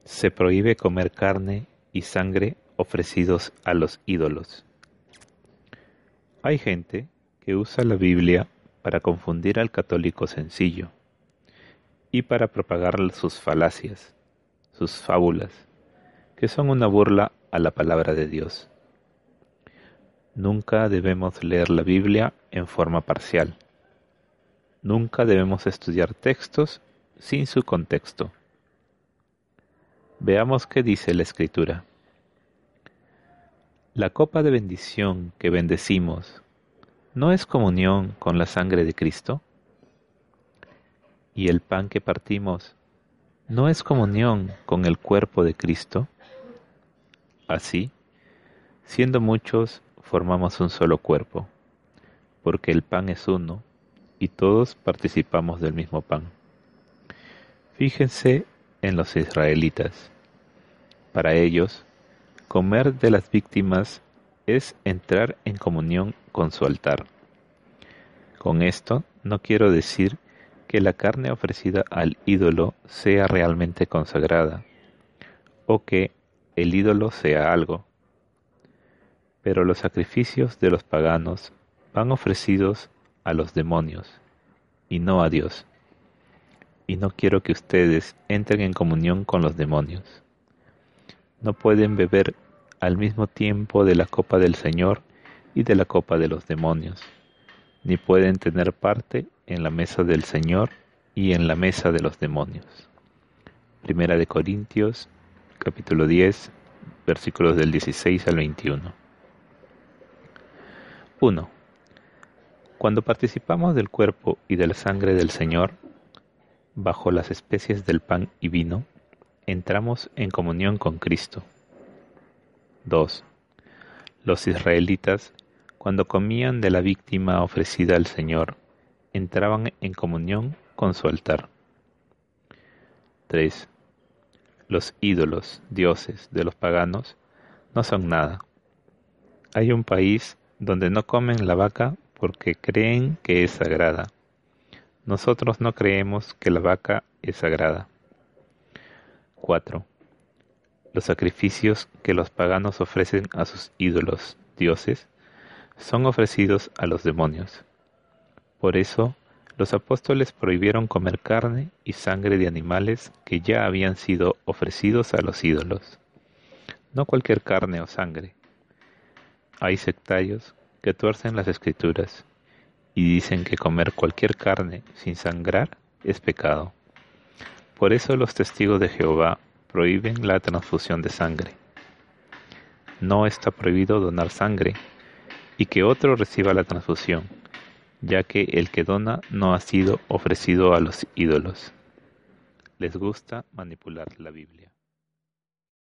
Se prohíbe comer carne y sangre ofrecidos a los ídolos. Hay gente que usa la Biblia para confundir al católico sencillo y para propagar sus falacias, sus fábulas, que son una burla a la palabra de Dios. Nunca debemos leer la Biblia en forma parcial. Nunca debemos estudiar textos sin su contexto. Veamos qué dice la Escritura. La copa de bendición que bendecimos, ¿no es comunión con la sangre de Cristo? Y el pan que partimos, ¿no es comunión con el cuerpo de Cristo? Así, siendo muchos, formamos un solo cuerpo, porque el pan es uno, y todos participamos del mismo pan. Fíjense en los israelitas. Para ellos, comer de las víctimas es entrar en comunión con su altar. Con esto no quiero decir que la carne ofrecida al ídolo sea realmente consagrada, o que el ídolo sea algo. Pero los sacrificios de los paganos van ofrecidos a los demonios, y no a Dios. Y no quiero que ustedes entren en comunión con los demonios. No pueden beber al mismo tiempo de la copa del Señor y de la copa de los demonios, ni pueden tener parte en la mesa del Señor y en la mesa de los demonios. Primera de Corintios, capítulo 10, versículos del 16 al 21. 1. Cuando participamos del cuerpo y de la sangre del Señor, bajo las especies del pan y vino, entramos en comunión con Cristo. 2. Los israelitas, cuando comían de la víctima ofrecida al Señor, entraban en comunión con su altar. 3. Los ídolos, dioses de los paganos, no son nada. Hay un país donde no comen la vaca porque creen que es sagrada. Nosotros no creemos que la vaca es sagrada. 4. Los sacrificios que los paganos ofrecen a sus ídolos, dioses, son ofrecidos a los demonios. Por eso, los apóstoles prohibieron comer carne y sangre de animales que ya habían sido ofrecidos a los ídolos. No cualquier carne o sangre. Hay sectarios que tuercen las Escrituras y dicen que comer cualquier carne sin sangrar es pecado. Por eso los testigos de Jehová prohíben la transfusión de sangre. No está prohibido donar sangre y que otro reciba la transfusión, ya que el que dona no ha sido ofrecido a los ídolos. Les gusta manipular la Biblia.